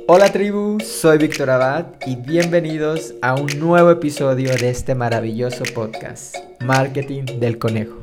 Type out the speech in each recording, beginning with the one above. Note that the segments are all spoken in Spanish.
Hola tribu, soy Víctor Abad y bienvenidos a un nuevo episodio de este maravilloso podcast, Marketing del Conejo.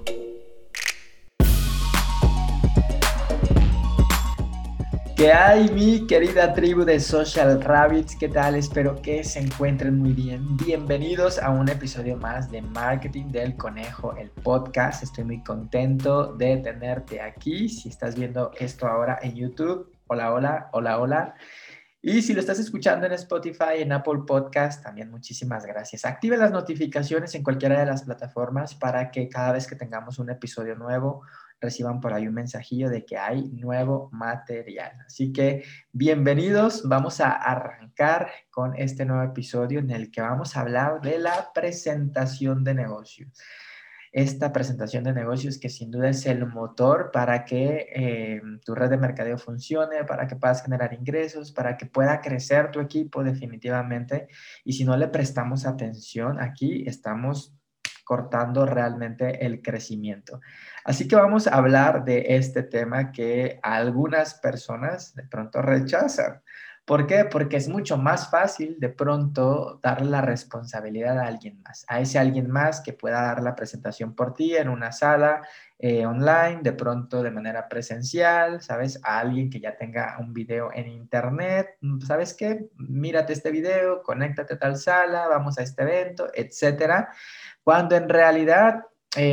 ¿Qué hay, mi querida tribu de Social Rabbits? ¿Qué tal? Espero que se encuentren muy bien. Bienvenidos a un episodio más de Marketing del Conejo, el podcast. Estoy muy contento de tenerte aquí. Si estás viendo esto ahora en YouTube, hola, hola, hola, hola. Y si lo estás escuchando en Spotify, en Apple Podcast, también muchísimas gracias. Active las notificaciones en cualquiera de las plataformas para que cada vez que tengamos un episodio nuevo, reciban por ahí un mensajillo de que hay nuevo material. Así que bienvenidos, vamos a arrancar con este nuevo episodio en el que vamos a hablar de la presentación de negocio. Esta presentación de negocios que sin duda es el motor para que tu red de mercadeo funcione, para que puedas generar ingresos, para que pueda crecer tu equipo definitivamente. Y si no le prestamos atención, aquí estamos cortando realmente el crecimiento. Así que vamos a hablar de este tema que algunas personas de pronto rechazan. ¿Por qué? Porque es mucho más fácil de pronto darle la responsabilidad a alguien más, a ese alguien más que pueda dar la presentación por ti en una sala online, de pronto de manera presencial, ¿sabes? A alguien que ya tenga un video en internet, ¿sabes qué? Mírate este video, conéctate a tal sala, vamos a este evento, etcétera. Cuando en realidad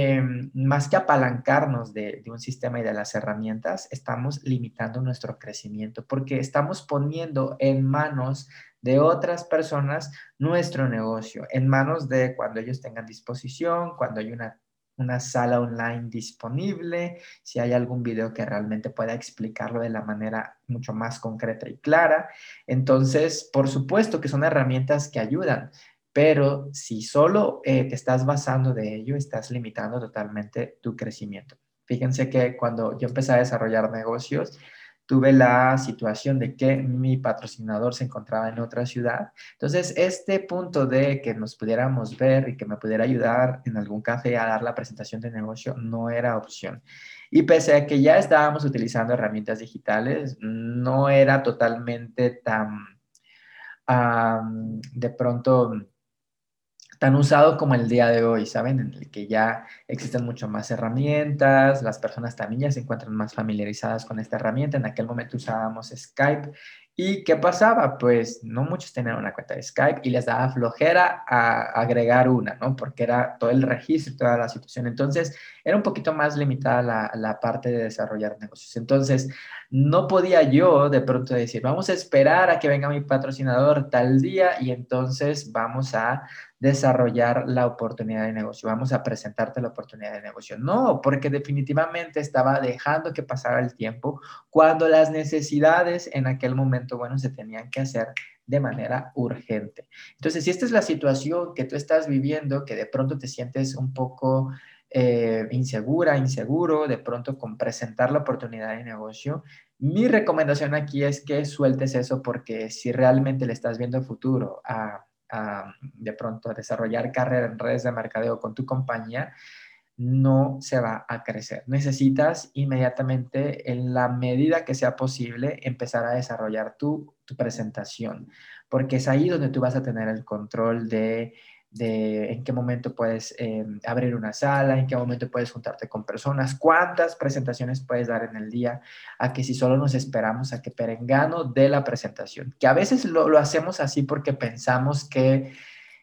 más que apalancarnos de un sistema y de las herramientas, estamos limitando nuestro crecimiento porque estamos poniendo en manos de otras personas nuestro negocio, en manos de cuando ellos tengan disposición, cuando hay una sala online disponible, si hay algún video que realmente pueda explicarlo de la manera mucho más concreta y clara. Entonces, por supuesto que son herramientas que ayudan, pero si solo te estás basando de ello, estás limitando totalmente tu crecimiento. Fíjense que cuando yo empecé a desarrollar negocios, tuve la situación de que mi patrocinador se encontraba en otra ciudad. Entonces, este punto de que nos pudiéramos ver y que me pudiera ayudar en algún café a dar la presentación de negocio no era opción. Y pese a que ya estábamos utilizando herramientas digitales, no era totalmente tan, de pronto tan usado como el día de hoy, ¿saben? En el que ya existen mucho más herramientas, las personas también ya se encuentran más familiarizadas con esta herramienta. En aquel momento usábamos Skype. ¿Y qué pasaba? Pues no muchos tenían una cuenta de Skype y les daba flojera a agregar una, ¿no? Porque era todo el registro, toda la situación. Entonces, era un poquito más limitada la parte de desarrollar negocios. Entonces, no podía yo de pronto decir, vamos a esperar a que venga mi patrocinador tal día y entonces vamos a desarrollar la oportunidad de negocio, vamos a presentarte la oportunidad de negocio. No, porque definitivamente estaba dejando que pasara el tiempo cuando las necesidades en aquel momento, bueno, se tenían que hacer de manera urgente. Entonces, si esta es la situación que tú estás viviendo, que de pronto te sientes un poco insegura, inseguro, de pronto con presentar la oportunidad de negocio, mi recomendación aquí es que sueltes eso porque si realmente le estás viendo futuro de pronto a desarrollar carrera en redes de mercadeo con tu compañía, no se va a crecer. Necesitas inmediatamente, en la medida que sea posible, empezar a desarrollar tu presentación, porque es ahí donde tú vas a tener el control de en qué momento puedes abrir una sala, en qué momento puedes juntarte con personas, cuántas presentaciones puedes dar en el día, a que si solo nos esperamos a que Perengano dé la presentación, que a veces lo hacemos así porque pensamos que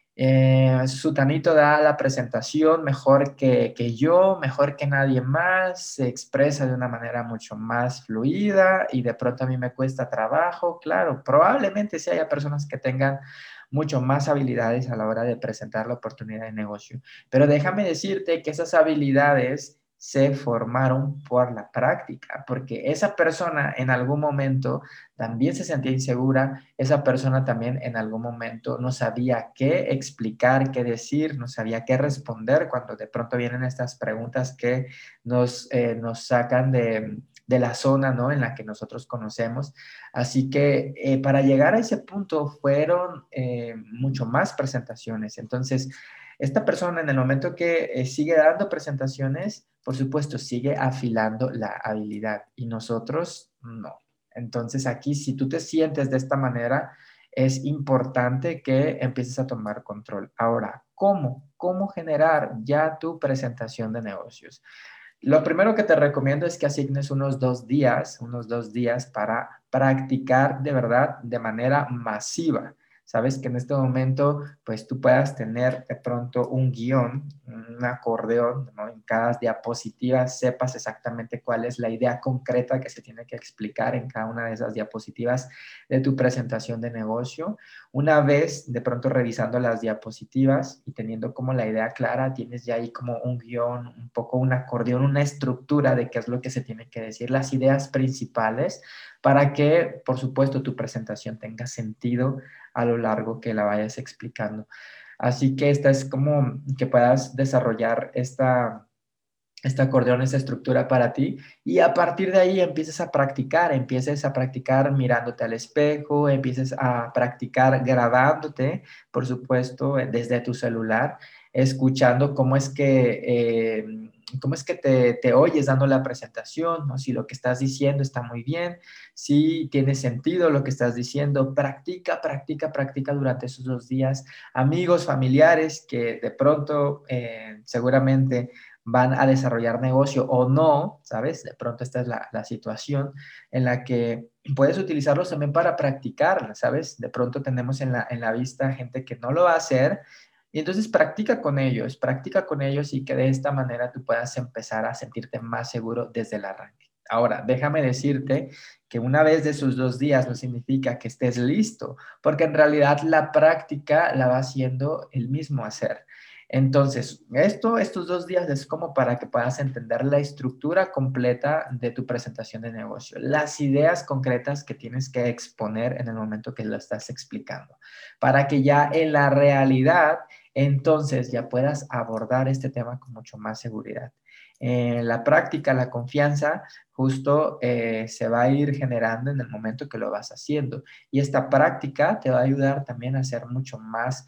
Sutanito da la presentación mejor que yo, mejor que nadie más, se expresa de una manera mucho más fluida y de pronto a mí me cuesta trabajo. Claro, probablemente sí haya personas que tengan mucho más habilidades a la hora de presentar la oportunidad de negocio, pero déjame decirte que esas habilidades se formaron por la práctica, porque esa persona en algún momento también se sentía insegura, esa persona también en algún momento no sabía qué explicar, qué decir, no sabía qué responder cuando de pronto vienen estas preguntas que nos sacan de la zona, ¿no? En la que nosotros conocemos. Así que para llegar a ese punto fueron mucho más presentaciones. Entonces, esta persona en el momento que sigue dando presentaciones, por supuesto, sigue afilando la habilidad y nosotros no. Entonces aquí, si tú te sientes de esta manera, es importante que empieces a tomar control. Ahora, ¿cómo? ¿Cómo generar ya tu presentación de negocios? Lo primero que te recomiendo es que asignes unos dos días para practicar de verdad de manera masiva. Sabes que en este momento, pues tú puedas tener de pronto un guión, un acordeón, ¿no? En cada diapositiva sepas exactamente cuál es la idea concreta que se tiene que explicar en cada una de esas diapositivas de tu presentación de negocio. Una vez de pronto revisando las diapositivas y teniendo como la idea clara, tienes ya ahí como un guión, un poco un acordeón, una estructura de qué es lo que se tiene que decir, las ideas principales para que, por supuesto, tu presentación tenga sentido a lo largo que la vayas explicando. Así que esta es como que puedas desarrollar este acordeón, esta estructura para ti y a partir de ahí empieces a practicar mirándote al espejo, empieces a practicar grabándote, por supuesto, desde tu celular, escuchando cómo es que te oyes dando la presentación, ¿no? Si lo que estás diciendo está muy bien, si tiene sentido lo que estás diciendo, practica durante esos 2 días. Amigos, familiares que de pronto seguramente van a desarrollar negocio o no, ¿sabes? De pronto esta es la situación en la que puedes utilizarlos también para practicar, ¿sabes? De pronto tenemos en la vista gente que no lo va a hacer y entonces practica con ellos y que de esta manera tú puedas empezar a sentirte más seguro desde el arranque. Ahora, déjame decirte que una vez de esos 2 días no significa que estés listo, porque en realidad la práctica la va haciendo el mismo hacer. Entonces, estos 2 días es como para que puedas entender la estructura completa de tu presentación de negocio, las ideas concretas que tienes que exponer en el momento que lo estás explicando, para que ya en la realidad, entonces ya puedas abordar este tema con mucho más seguridad. La práctica, la confianza, justo se va a ir generando en el momento que lo vas haciendo. Y esta práctica te va a ayudar también a ser mucho más...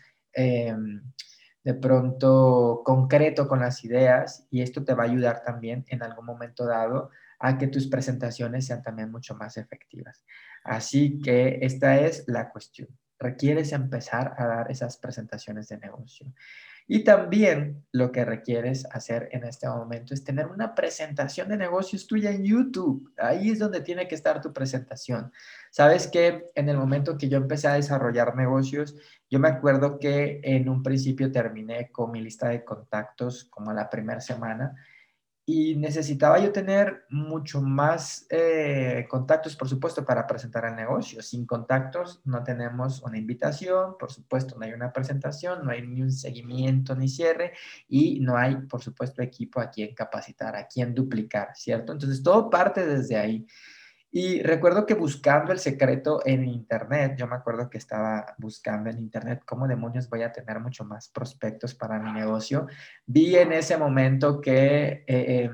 de pronto concreto con las ideas y esto te va a ayudar también en algún momento dado a que tus presentaciones sean también mucho más efectivas. Así que esta es la cuestión. Requieres empezar a dar esas presentaciones de negocio. Y también lo que requieres hacer en este momento es tener una presentación de negocios tuya en YouTube. Ahí es donde tiene que estar tu presentación. Sabes que en el momento que yo empecé a desarrollar negocios, yo me acuerdo que en un principio terminé con mi lista de contactos como la primera semana y necesitaba yo tener mucho más contactos, por supuesto, para presentar el negocio. Sin contactos no tenemos una invitación, por supuesto, no hay una presentación, no hay ni un seguimiento ni cierre y no hay, por supuesto, equipo a quien capacitar, a quien duplicar, ¿cierto? Entonces, todo parte desde ahí. Y recuerdo que buscando el secreto en internet, yo me acuerdo que estaba buscando en internet cómo demonios voy a tener mucho más prospectos para mi negocio. Vi en ese momento que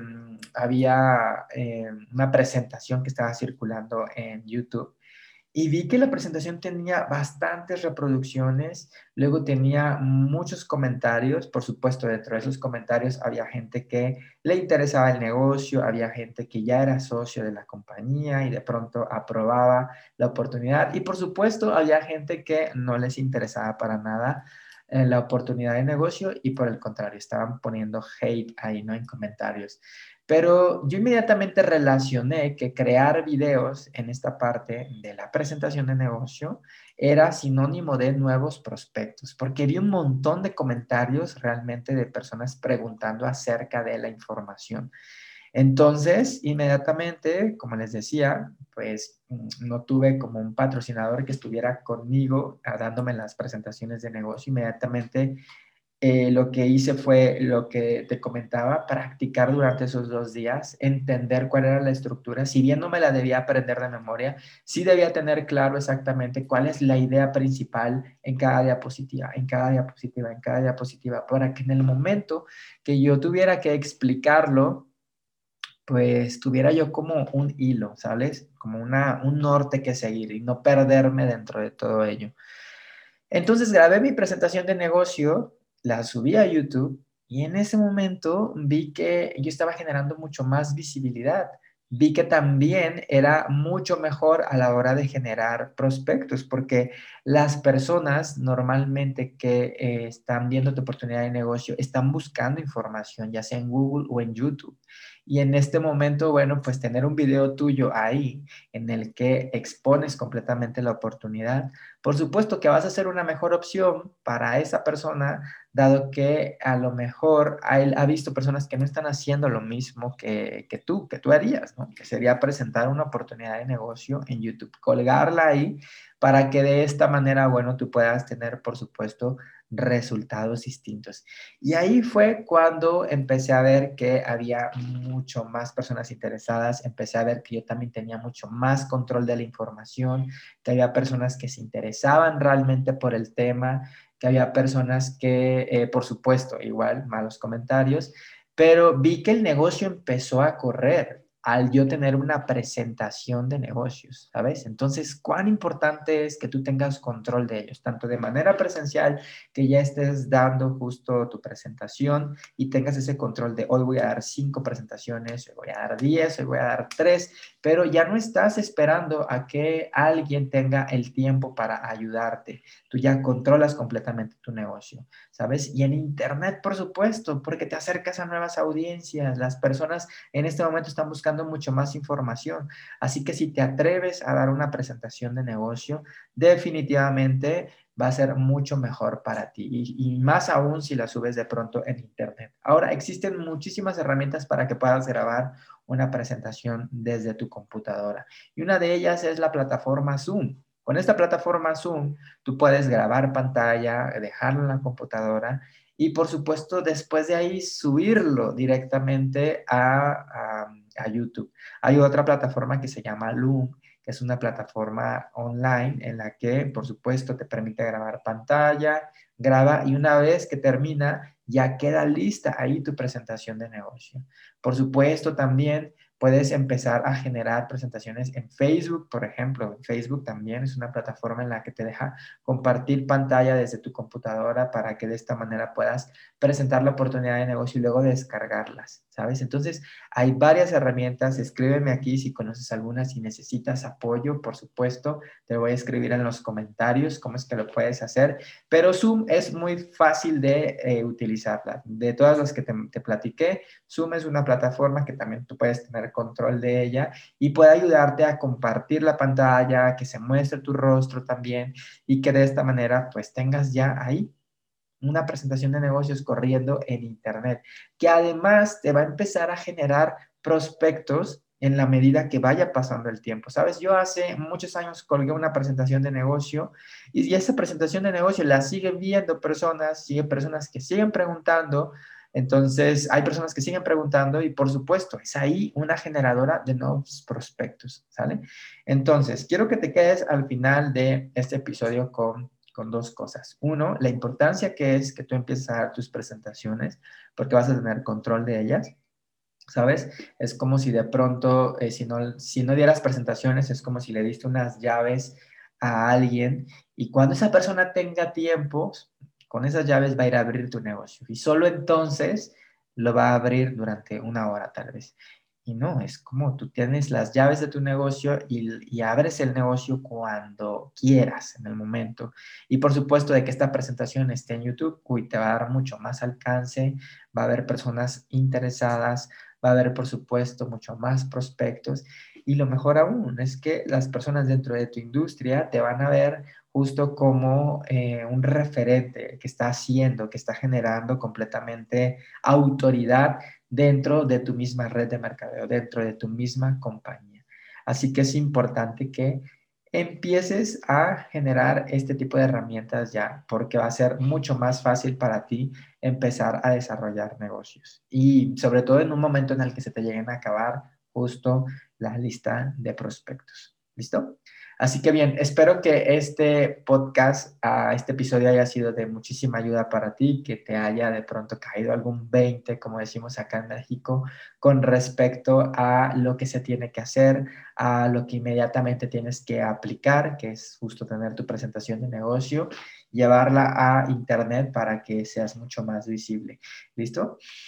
había una presentación que estaba circulando en YouTube y vi que la presentación tenía bastantes reproducciones, luego tenía muchos comentarios, por supuesto, dentro de esos comentarios había gente que le interesaba el negocio, había gente que ya era socio de la compañía y de pronto aprobaba la oportunidad y por supuesto había gente que no les interesaba para nada la oportunidad de negocio y por el contrario, estaban poniendo hate ahí, ¿no? En comentarios. Pero yo inmediatamente relacioné que crear videos en esta parte de la presentación de negocio era sinónimo de nuevos prospectos, porque vi un montón de comentarios realmente de personas preguntando acerca de la información. Entonces, inmediatamente, como les decía, pues no tuve como un patrocinador que estuviera conmigo dándome las presentaciones de negocio. Inmediatamente lo que hice fue lo que te comentaba, practicar durante esos 2 días, entender cuál era la estructura. Si bien no me la debía aprender de memoria, sí debía tener claro exactamente cuál es la idea principal en cada diapositiva, en cada diapositiva, en cada diapositiva, para que en el momento que yo tuviera que explicarlo, pues tuviera yo como un hilo, ¿sabes? Como un norte que seguir y no perderme dentro de todo ello. Entonces grabé mi presentación de negocio, la subí a YouTube y en ese momento vi que yo estaba generando mucho más visibilidad. vi que también era mucho mejor a la hora de generar prospectos, porque las personas normalmente que están viendo tu oportunidad de negocio están buscando información, ya sea en Google o en YouTube. Y en este momento, bueno, pues tener un video tuyo ahí en el que expones completamente la oportunidad, por supuesto que vas a ser una mejor opción para esa persona, dado que a lo mejor él ha visto personas que no están haciendo lo mismo que tú harías, ¿no? Que sería presentar una oportunidad de negocio en YouTube, colgarla ahí para que de esta manera, bueno, tú puedas tener, por supuesto, resultados distintos. Y ahí fue cuando empecé a ver que había mucho más personas interesadas, empecé a ver que yo también tenía mucho más control de la información, que había personas que se interesaban realmente por el tema, que había personas que, por supuesto, igual, malos comentarios, pero vi que el negocio empezó a correr al yo tener una presentación de negocios, ¿sabes? Entonces, cuán importante es que tú tengas control de ellos, tanto de manera presencial, que ya estés dando justo tu presentación y tengas ese control de hoy voy a dar 5 presentaciones, hoy voy a dar 10, hoy voy a dar 3, pero ya no estás esperando a que alguien tenga el tiempo para ayudarte. Tú ya controlas completamente tu negocio, ¿sabes? Y en Internet, por supuesto, porque te acercas a nuevas audiencias. Las personas en este momento están buscando mucho más información. Así que si te atreves a dar una presentación de negocio, definitivamente va a ser mucho mejor para ti y más aún si la subes de pronto en Internet. Ahora, existen muchísimas herramientas para que puedas grabar una presentación desde tu computadora y una de ellas es la plataforma Zoom. Con esta plataforma Zoom, tú puedes grabar pantalla, dejarlo en la computadora y por supuesto después de ahí subirlo directamente a YouTube. Hay otra plataforma que se llama Loom, que es una plataforma online en la que por supuesto te permite grabar pantalla, graba y una vez que termina ya queda lista ahí tu presentación de negocio. Por supuesto también puedes empezar a generar presentaciones en Facebook, por ejemplo. Facebook también es una plataforma en la que te deja compartir pantalla desde tu computadora para que de esta manera puedas presentar la oportunidad de negocio y luego descargarlas, ¿sabes? Entonces, hay varias herramientas. Escríbeme aquí si conoces algunas, si necesitas apoyo, por supuesto. Te voy a escribir en los comentarios cómo es que lo puedes hacer. Pero Zoom es muy fácil de utilizarla. De todas las que te platiqué, Zoom es una plataforma que también tú puedes tener control de ella y puede ayudarte a compartir la pantalla, que se muestre tu rostro también y que de esta manera pues tengas ya ahí una presentación de negocios corriendo en Internet, que además te va a empezar a generar prospectos en la medida que vaya pasando el tiempo. Sabes, yo hace muchos años colgué una presentación de negocio y esa presentación de negocio la siguen viendo personas, siguen personas que siguen preguntando. Entonces, hay personas que siguen preguntando y por supuesto, es ahí una generadora de nuevos prospectos, ¿sale? Entonces, quiero que te quedes al final de este episodio con dos cosas. Uno, la importancia que es que tú empieces a dar tus presentaciones porque vas a tener control de ellas. ¿Sabes? Es como si de pronto, si no dieras presentaciones, es como si le diste unas llaves a alguien y cuando esa persona tenga tiempo, con esas llaves va a ir a abrir tu negocio y solo entonces lo va a abrir durante una hora tal vez. Y no, es como tú tienes las llaves de tu negocio y abres el negocio cuando quieras, en el momento. Y por supuesto de que esta presentación esté en YouTube, uy, te va a dar mucho más alcance, va a haber personas interesadas, va a haber, por supuesto, mucho más prospectos y lo mejor aún es que las personas dentro de tu industria te van a ver justo como un referente que está haciendo, que está generando completamente autoridad dentro de tu misma red de mercadeo, dentro de tu misma compañía. Así que es importante que empieces a generar este tipo de herramientas ya, porque va a ser mucho más fácil para ti empezar a desarrollar negocios. Y sobre todo en un momento en el que se te lleguen a acabar justo la lista de prospectos. ¿Listo? Así que bien, espero que este podcast, este episodio haya sido de muchísima ayuda para ti, que te haya de pronto caído algún 20, como decimos acá en México, con respecto a lo que se tiene que hacer, a lo que inmediatamente tienes que aplicar, que es justo tener tu presentación de negocio, llevarla a internet para que seas mucho más visible. ¿Listo?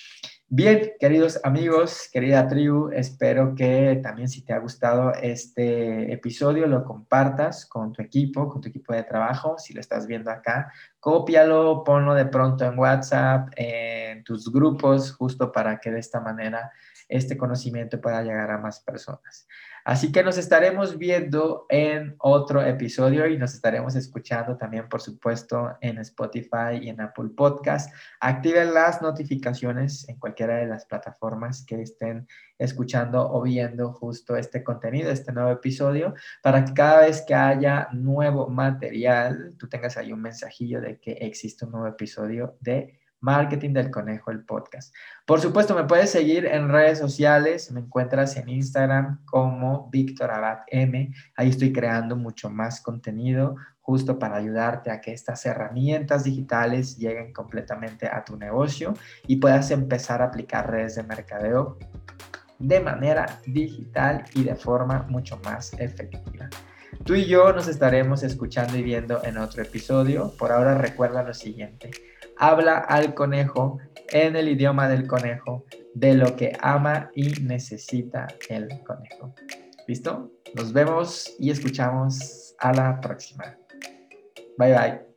Bien, queridos amigos, querida tribu, espero que también si te ha gustado este episodio lo compartas con tu equipo de trabajo. Si lo estás viendo acá, cópialo, ponlo de pronto en WhatsApp, en tus grupos, justo para que de esta manera este conocimiento pueda llegar a más personas. Así que nos estaremos viendo en otro episodio y nos estaremos escuchando también, por supuesto, en Spotify y en Apple Podcast. Activen las notificaciones en cualquiera de las plataformas que estén escuchando o viendo justo este contenido, este nuevo episodio, para que cada vez que haya nuevo material, tú tengas ahí un mensajillo de que existe un nuevo episodio de Marketing del Conejo, el podcast. Por supuesto, me puedes seguir en redes sociales, me encuentras en Instagram como Víctor Abad M. Ahí estoy creando mucho más contenido justo para ayudarte a que estas herramientas digitales lleguen completamente a tu negocio y puedas empezar a aplicar redes de mercadeo de manera digital y de forma mucho más efectiva. Tú y yo nos estaremos escuchando y viendo en otro episodio. Por ahora recuerda lo siguiente: habla al conejo en el idioma del conejo, de lo que ama y necesita el conejo. ¿Listo? Nos vemos y escuchamos a la próxima. Bye bye.